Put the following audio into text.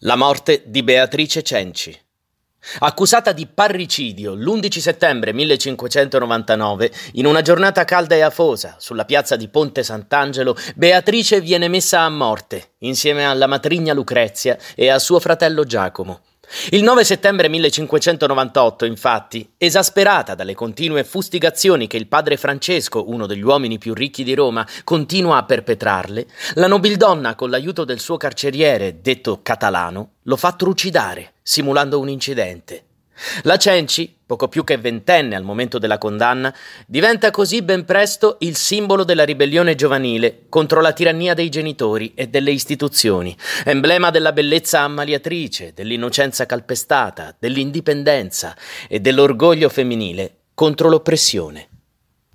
La morte di Beatrice Cenci. Accusata di parricidio l'11 settembre 1599, in una giornata calda e afosa, sulla piazza di Ponte Sant'Angelo, Beatrice viene messa a morte, insieme alla matrigna Lucrezia e a suo fratello Giacomo. Il 9 settembre 1598, infatti, esasperata dalle continue fustigazioni che il padre Francesco, uno degli uomini più ricchi di Roma, continua a perpetrarle, la nobildonna, con l'aiuto del suo carceriere, detto Catalano, lo fa trucidare, simulando un incidente. La Cenci, poco più che ventenne al momento della condanna, diventa così ben presto il simbolo della ribellione giovanile contro la tirannia dei genitori e delle istituzioni, emblema della bellezza ammaliatrice, dell'innocenza calpestata, dell'indipendenza e dell'orgoglio femminile contro l'oppressione.